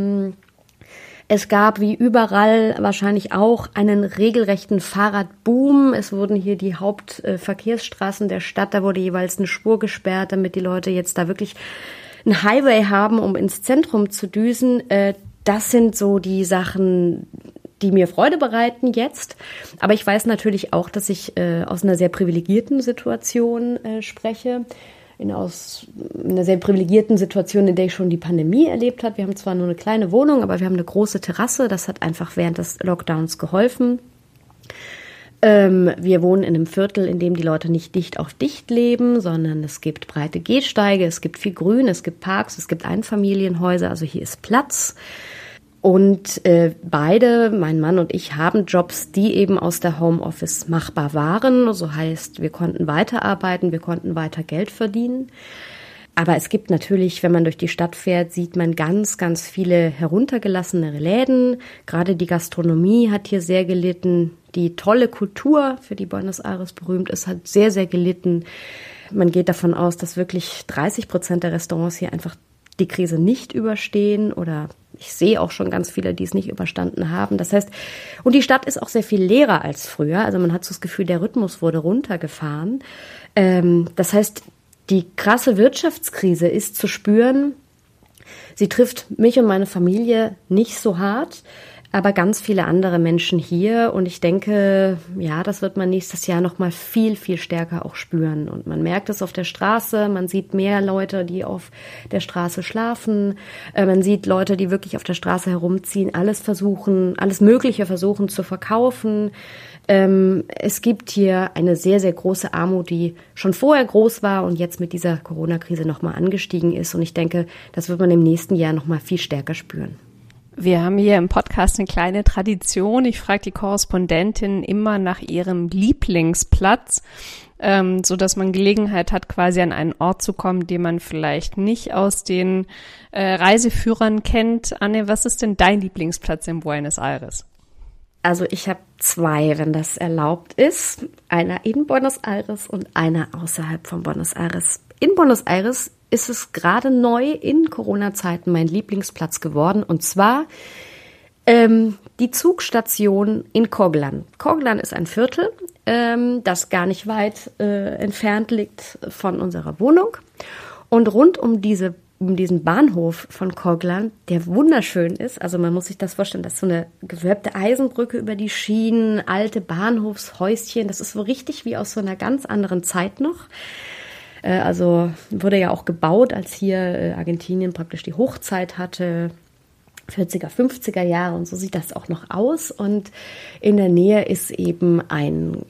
Es gab wie überall wahrscheinlich auch einen regelrechten Fahrradboom. Es wurden hier die Hauptverkehrsstraßen der Stadt, da wurde jeweils eine Spur gesperrt, damit die Leute jetzt da wirklich einen Highway haben, um ins Zentrum zu düsen. Das sind so die Sachen, die mir Freude bereiten jetzt. Aber ich weiß natürlich auch, dass ich aus einer sehr privilegierten Situation spreche. Aus einer sehr privilegierten Situation, in der ich schon die Pandemie erlebt habe. Wir haben zwar nur eine kleine Wohnung, aber wir haben eine große Terrasse. Das hat einfach während des Lockdowns geholfen. Wir wohnen in einem Viertel, in dem die Leute nicht dicht auf dicht leben, sondern es gibt breite Gehsteige, es gibt viel Grün, es gibt Parks, es gibt Einfamilienhäuser, also hier ist Platz. Und beide, mein Mann und ich, haben Jobs, die eben aus der Homeoffice machbar waren. So heißt, wir konnten weiterarbeiten, wir konnten weiter Geld verdienen. Aber es gibt natürlich, wenn man durch die Stadt fährt, sieht man ganz, ganz viele heruntergelassene Läden. Gerade die Gastronomie hat hier sehr gelitten. Die tolle Kultur, für die Buenos Aires berühmt ist, hat sehr, sehr gelitten. Man geht davon aus, dass wirklich 30% der Restaurants hier einfach die Krise nicht überstehen oder ich sehe auch schon ganz viele, die es nicht überstanden haben. Das heißt, und die Stadt ist auch sehr viel leerer als früher. Also man hat so das Gefühl, der Rhythmus wurde runtergefahren. Das heißt, die krasse Wirtschaftskrise ist zu spüren. Sie trifft mich und meine Familie nicht so hart. aber ganz viele andere Menschen hier. Und ich denke, ja, das wird man nächstes Jahr noch mal viel, viel stärker auch spüren. Und man merkt es auf der Straße, man sieht mehr Leute, die auf der Straße schlafen. Man sieht Leute, die wirklich auf der Straße herumziehen, alles Mögliche versuchen zu verkaufen. Es gibt hier eine sehr, sehr große Armut, die schon vorher groß war und jetzt mit dieser Corona-Krise noch mal angestiegen ist. Und ich denke, das wird man im nächsten Jahr noch mal viel stärker spüren. Wir haben hier im Podcast eine kleine Tradition. Ich frage die Korrespondentin immer nach ihrem Lieblingsplatz, so dass man Gelegenheit hat, quasi an einen Ort zu kommen, den man vielleicht nicht aus den Reiseführern kennt. Anne, was ist denn dein Lieblingsplatz in Buenos Aires? Also ich habe 2, wenn das erlaubt ist. Einer in Buenos Aires und einer außerhalb von Buenos Aires. In Buenos Aires ist es gerade neu in Corona-Zeiten mein Lieblingsplatz geworden. Und zwar die Zugstation in Coglan. Coglan ist ein Viertel, das gar nicht weit entfernt liegt von unserer Wohnung. Und rund um diesen Bahnhof von Coglan, der wunderschön ist, also man muss sich das vorstellen, das ist so eine gewölbte Eisenbrücke über die Schienen, alte Bahnhofshäuschen, das ist so richtig wie aus so einer ganz anderen Zeit noch. Also wurde ja auch gebaut, als hier Argentinien praktisch die Hochzeit hatte, 40er, 50er Jahre, und so sieht das auch noch aus. Und in der Nähe ist eben eine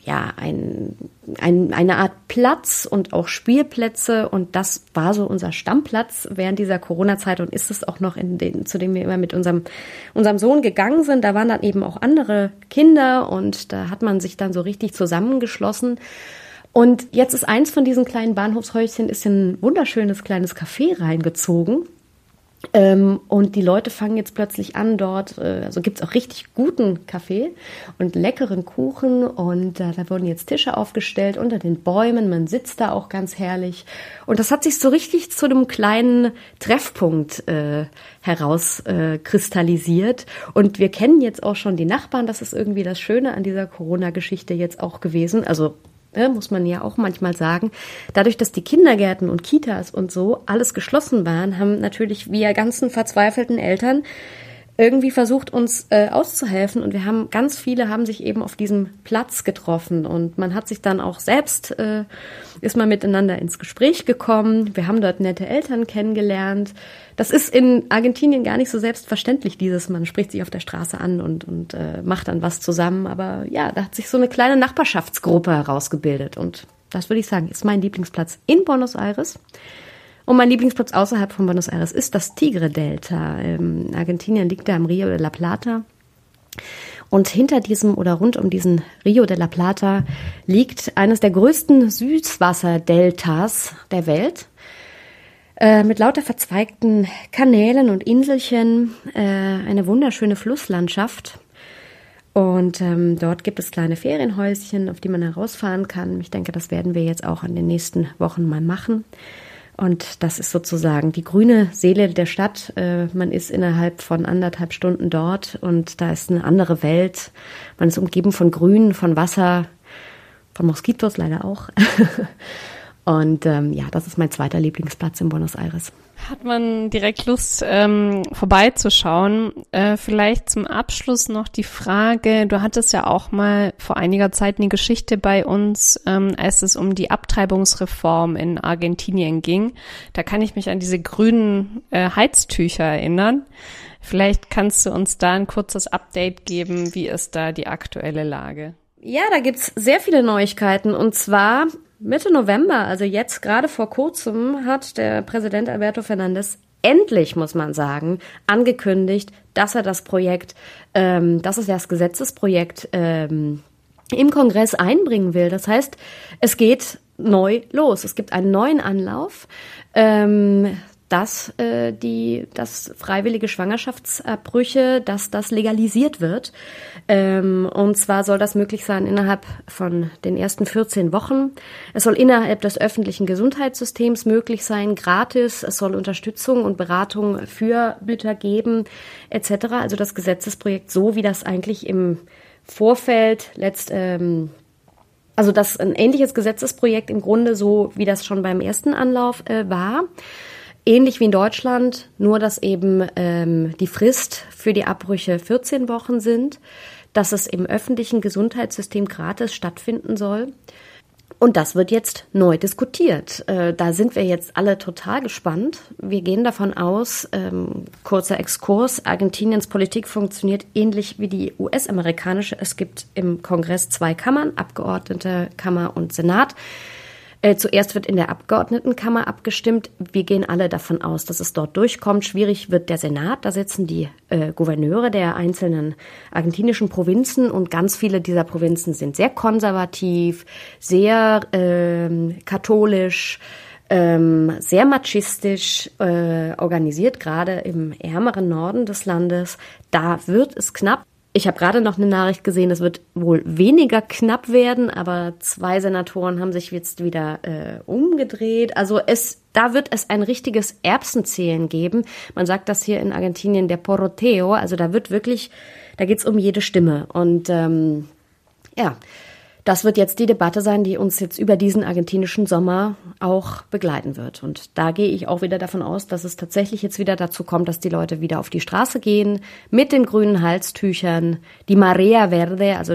Art Platz und auch Spielplätze, und das war so unser Stammplatz während dieser Corona-Zeit und ist es auch noch zu dem wir immer mit unserem Sohn gegangen sind. Da waren dann eben auch andere Kinder und da hat man sich dann so richtig zusammengeschlossen. Und jetzt ist eins von diesen kleinen Bahnhofshäuschen ist in ein wunderschönes kleines Café reingezogen. Und die Leute fangen jetzt plötzlich an dort, also gibt's auch richtig guten Kaffee und leckeren Kuchen, und da wurden jetzt Tische aufgestellt unter den Bäumen, man sitzt da auch ganz herrlich, und das hat sich so richtig zu einem kleinen Treffpunkt herauskristallisiert, und wir kennen jetzt auch schon die Nachbarn, das ist irgendwie das Schöne an dieser Corona-Geschichte jetzt auch gewesen, also muss man ja auch manchmal sagen, dadurch, dass die Kindergärten und Kitas und so alles geschlossen waren, haben natürlich wir ganzen verzweifelten Eltern irgendwie versucht, uns auszuhelfen, und ganz viele haben sich eben auf diesem Platz getroffen, und man hat sich dann auch selbst, ist mal miteinander ins Gespräch gekommen, wir haben dort nette Eltern kennengelernt. Das ist in Argentinien gar nicht so selbstverständlich, man spricht sich auf der Straße an und macht dann was zusammen, aber ja, da hat sich so eine kleine Nachbarschaftsgruppe herausgebildet, und das würde ich sagen, ist mein Lieblingsplatz in Buenos Aires. Und mein Lieblingsplatz außerhalb von Buenos Aires ist das Tigre-Delta. Argentinien liegt da am Rio de la Plata. Und hinter diesem oder rund um diesen Rio de la Plata liegt eines der größten Süßwasserdeltas der Welt. Mit lauter verzweigten Kanälen und Inselchen, eine wunderschöne Flusslandschaft. Und dort gibt es kleine Ferienhäuschen, auf die man herausfahren kann. Ich denke, das werden wir jetzt auch in den nächsten Wochen mal machen. Und das ist sozusagen die grüne Seele der Stadt. Man ist innerhalb von 1,5 Stunden dort, und da ist eine andere Welt. Man ist umgeben von Grün, von Wasser, von Moskitos leider auch. Und das ist mein zweiter Lieblingsplatz in Buenos Aires. Hat man direkt Lust, vorbeizuschauen. Vielleicht zum Abschluss noch die Frage, du hattest ja auch mal vor einiger Zeit eine Geschichte bei uns, als es um die Abtreibungsreform in Argentinien ging. Da kann ich mich an diese grünen Heiztücher erinnern. Vielleicht kannst du uns da ein kurzes Update geben. Wie ist da die aktuelle Lage? Ja, da gibt's sehr viele Neuigkeiten, und zwar Mitte November, also jetzt gerade vor kurzem, hat der Präsident Alberto Fernández endlich, muss man sagen, angekündigt, dass er das Gesetzesprojekt im Kongress einbringen will. Das heißt, es geht neu los. Es gibt einen neuen Anlauf, dass freiwillige Schwangerschaftsabbrüche, dass das legalisiert wird. Und zwar soll das möglich sein innerhalb von den ersten 14 Wochen. Es soll innerhalb des öffentlichen Gesundheitssystems möglich sein, gratis. Es soll Unterstützung und Beratung für Mütter geben, etc. Also das Gesetzesprojekt, so wie das eigentlich im Vorfeld also das ein ähnliches Gesetzesprojekt im Grunde, so wie das schon beim ersten Anlauf war. Ähnlich wie in Deutschland, nur dass eben die Frist für die Abbrüche 14 Wochen sind, dass es im öffentlichen Gesundheitssystem gratis stattfinden soll. Und das wird jetzt neu diskutiert. Da sind wir jetzt alle total gespannt. Wir gehen davon aus, kurzer Exkurs, Argentiniens Politik funktioniert ähnlich wie die US-amerikanische. Es gibt im Kongress 2 Kammern, Abgeordnetenkammer und Senat. Zuerst wird in der Abgeordnetenkammer abgestimmt. Wir gehen alle davon aus, dass es dort durchkommt. Schwierig wird der Senat. Da sitzen die Gouverneure der einzelnen argentinischen Provinzen und ganz viele dieser Provinzen sind sehr konservativ, sehr katholisch, sehr machistisch organisiert, gerade im ärmeren Norden des Landes. Da wird es knapp. Ich habe gerade noch eine Nachricht gesehen, es wird wohl weniger knapp werden, aber 2 Senatoren haben sich jetzt wieder umgedreht. Also da wird es ein richtiges Erbsenzählen geben. Man sagt das hier in Argentinien der Porroteo, also da geht's um jede Stimme. Und das wird jetzt die Debatte sein, die uns jetzt über diesen argentinischen Sommer auch begleiten wird. Und da gehe ich auch wieder davon aus, dass es tatsächlich jetzt wieder dazu kommt, dass die Leute wieder auf die Straße gehen mit den grünen Halstüchern. Die Marea Verde, also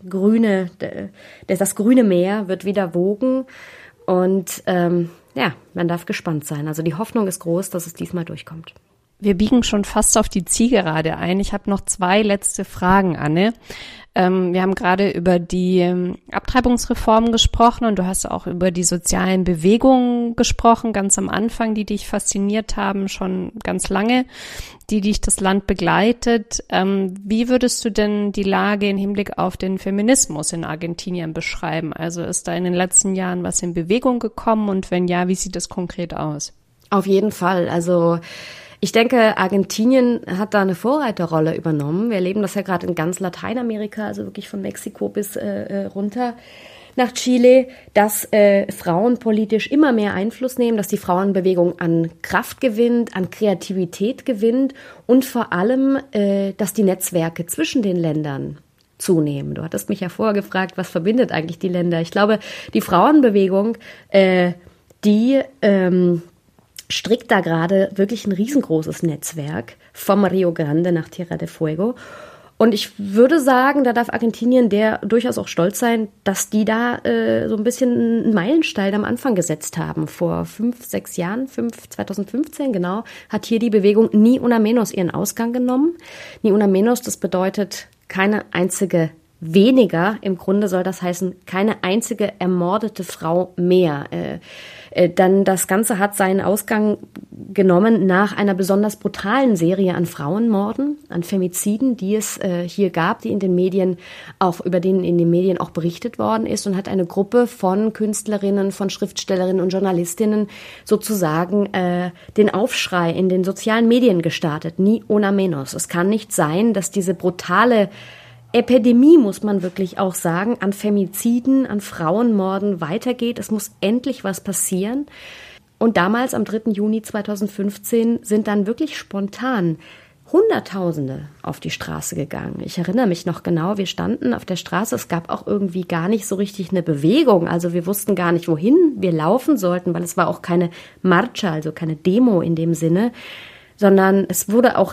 das grüne Meer wird wieder wogen. Und man darf gespannt sein. Also die Hoffnung ist groß, dass es diesmal durchkommt. Wir biegen schon fast auf die Zielgerade ein. Ich habe noch 2 letzte Fragen, Anne. Wir haben gerade über die Abtreibungsreform gesprochen und du hast auch über die sozialen Bewegungen gesprochen, ganz am Anfang, die dich fasziniert haben, schon ganz lange, die dich das Land begleitet. Wie würdest du denn die Lage im Hinblick auf den Feminismus in Argentinien beschreiben? Also ist da in den letzten Jahren was in Bewegung gekommen und wenn ja, wie sieht das konkret aus? Auf jeden Fall. Also ich denke, Argentinien hat da eine Vorreiterrolle übernommen. Wir erleben das ja gerade in ganz Lateinamerika, also wirklich von Mexiko bis runter nach Chile, dass Frauen politisch immer mehr Einfluss nehmen, dass die Frauenbewegung an Kraft gewinnt, an Kreativität gewinnt und vor allem, dass die Netzwerke zwischen den Ländern zunehmen. Du hattest mich ja vorher gefragt, was verbindet eigentlich die Länder? Ich glaube, die Frauenbewegung, die strickt da gerade wirklich ein riesengroßes Netzwerk vom Rio Grande nach Tierra del Fuego. Und ich würde sagen, da darf Argentinien durchaus auch stolz sein, dass die da so ein bisschen einen Meilenstein am Anfang gesetzt haben. Vor 5-6 Jahren, 2015 genau, hat hier die Bewegung Ni Una Menos ihren Ausgang genommen. Ni Una Menos, das bedeutet keine einzige weniger. Im Grunde soll das heißen, keine einzige ermordete Frau mehr. Dann das Ganze hat seinen Ausgang genommen nach einer besonders brutalen Serie an Frauenmorden, an Femiziden, die es hier gab, die über denen in den Medien auch berichtet worden ist und hat eine Gruppe von Künstlerinnen, von Schriftstellerinnen und Journalistinnen sozusagen den Aufschrei in den sozialen Medien gestartet. Ni una menos. Es kann nicht sein, dass diese brutale Epidemie, muss man wirklich auch sagen, an Femiziden, an Frauenmorden weitergeht. Es muss endlich was passieren. Und damals, am 3. Juni 2015, sind dann wirklich spontan Hunderttausende auf die Straße gegangen. Ich erinnere mich noch genau, wir standen auf der Straße. Es gab auch irgendwie gar nicht so richtig eine Bewegung. Also wir wussten gar nicht, wohin wir laufen sollten, weil es war auch keine Marcha, also keine Demo in dem Sinne, sondern es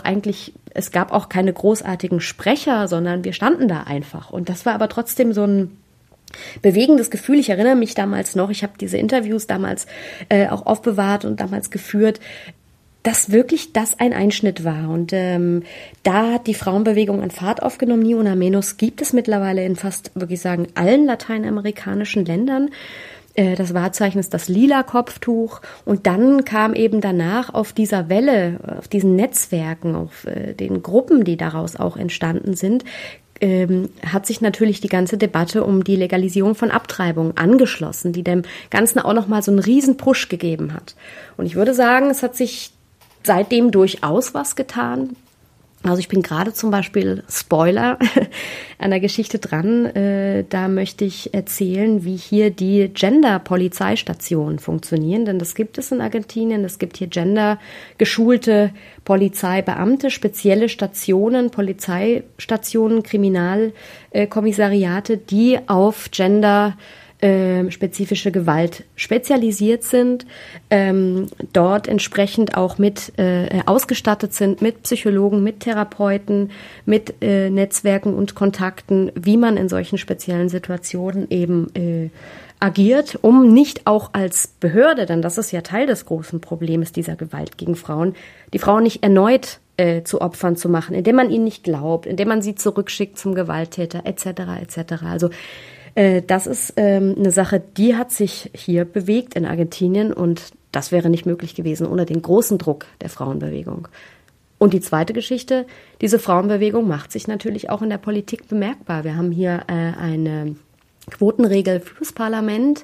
gab auch keine großartigen Sprecher, sondern wir standen da einfach. Und das war aber trotzdem so ein bewegendes Gefühl. Ich erinnere mich damals noch, ich habe diese Interviews damals auch aufbewahrt und damals geführt, dass wirklich das ein Einschnitt war. Und da hat die Frauenbewegung an Fahrt aufgenommen. Ni una menos gibt es mittlerweile in fast, würde ich sagen, allen lateinamerikanischen Ländern. Das Wahrzeichen ist das lila Kopftuch. Und dann kam eben danach auf dieser Welle, auf diesen Netzwerken, auf den Gruppen, die daraus auch entstanden sind, hat sich natürlich die ganze Debatte um die Legalisierung von Abtreibung angeschlossen, die dem Ganzen auch nochmal so einen riesen Push gegeben hat. Und ich würde sagen, es hat sich seitdem durchaus was getan. Also ich bin gerade zum Beispiel, Spoiler, an der Geschichte dran. Da möchte ich erzählen, wie hier die Gender-Polizeistationen funktionieren. Denn das gibt es in Argentinien. Es gibt hier gendergeschulte Polizeibeamte, spezielle Stationen, Polizeistationen, Kriminalkommissariate, die auf Gender spezifische Gewalt spezialisiert sind, dort entsprechend auch mit ausgestattet sind mit Psychologen, mit Therapeuten, mit Netzwerken und Kontakten, wie man in solchen speziellen Situationen eben agiert, um nicht auch als Behörde, denn das ist ja Teil des großen Problems dieser Gewalt gegen Frauen, die Frauen nicht erneut zu Opfern zu machen, indem man ihnen nicht glaubt, indem man sie zurückschickt zum Gewalttäter etc. etc. Also das ist eine Sache, die hat sich hier bewegt in Argentinien und das wäre nicht möglich gewesen ohne den großen Druck der Frauenbewegung. Und die zweite Geschichte, diese Frauenbewegung macht sich natürlich auch in der Politik bemerkbar. Wir haben hier eine Quotenregel fürs Parlament.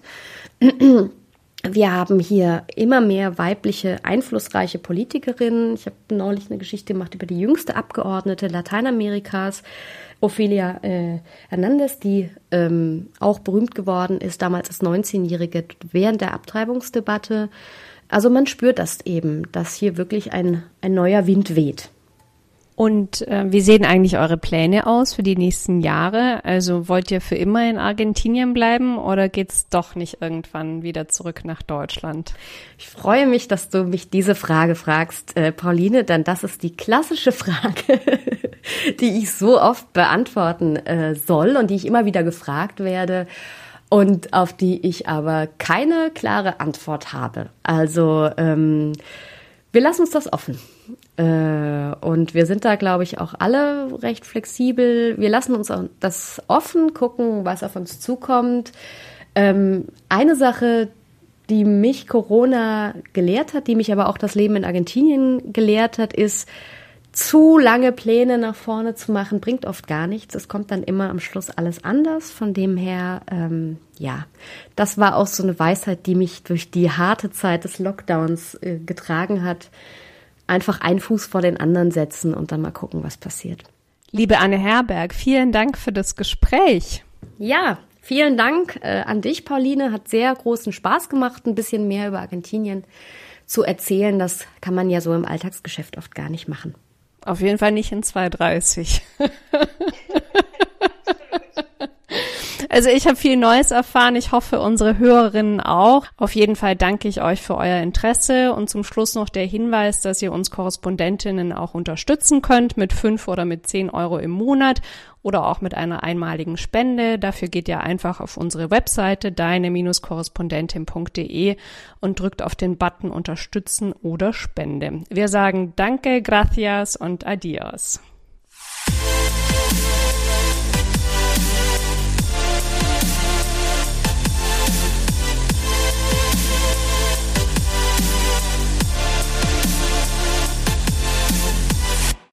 Wir haben hier immer mehr weibliche, einflussreiche Politikerinnen. Ich habe neulich eine Geschichte gemacht über die jüngste Abgeordnete Lateinamerikas, Ofelia Hernandez, die auch berühmt geworden ist, damals als 19-Jährige während der Abtreibungsdebatte. Also man spürt das eben, dass hier wirklich ein neuer Wind weht. Und wie sehen eigentlich eure Pläne aus für die nächsten Jahre? Also wollt ihr für immer in Argentinien bleiben oder geht's doch nicht irgendwann wieder zurück nach Deutschland? Ich freue mich, dass du mich diese Frage fragst, Pauline, denn das ist die klassische Frage, die ich so oft beantworten soll und die ich immer wieder gefragt werde und auf die ich aber keine klare Antwort habe. Also wir lassen uns das offen. Und wir sind da, glaube ich, auch alle recht flexibel. Wir lassen uns auch das offen, gucken, was auf uns zukommt. Eine Sache, die mich Corona gelehrt hat, die mich aber auch das Leben in Argentinien gelehrt hat, ist, zu lange Pläne nach vorne zu machen, bringt oft gar nichts. Es kommt dann immer am Schluss alles anders. Von dem her, das war auch so eine Weisheit, die mich durch die harte Zeit des Lockdowns getragen hat. Einfach einen Fuß vor den anderen setzen und dann mal gucken, was passiert. Liebe Anne Herberg, vielen Dank für das Gespräch. Ja, vielen Dank an dich, Pauline. Hat sehr großen Spaß gemacht, ein bisschen mehr über Argentinien zu erzählen. Das kann man ja so im Alltagsgeschäft oft gar nicht machen. Auf jeden Fall nicht in 2:30. Also ich habe viel Neues erfahren. Ich hoffe, unsere Hörerinnen auch. Auf jeden Fall danke ich euch für euer Interesse. Und zum Schluss noch der Hinweis, dass ihr uns Korrespondentinnen auch unterstützen könnt mit 5 oder mit 10 Euro im Monat oder auch mit einer einmaligen Spende. Dafür geht ihr einfach auf unsere Webseite deine-korrespondentin.de und drückt auf den Button Unterstützen oder Spende. Wir sagen Danke, Gracias und Adios.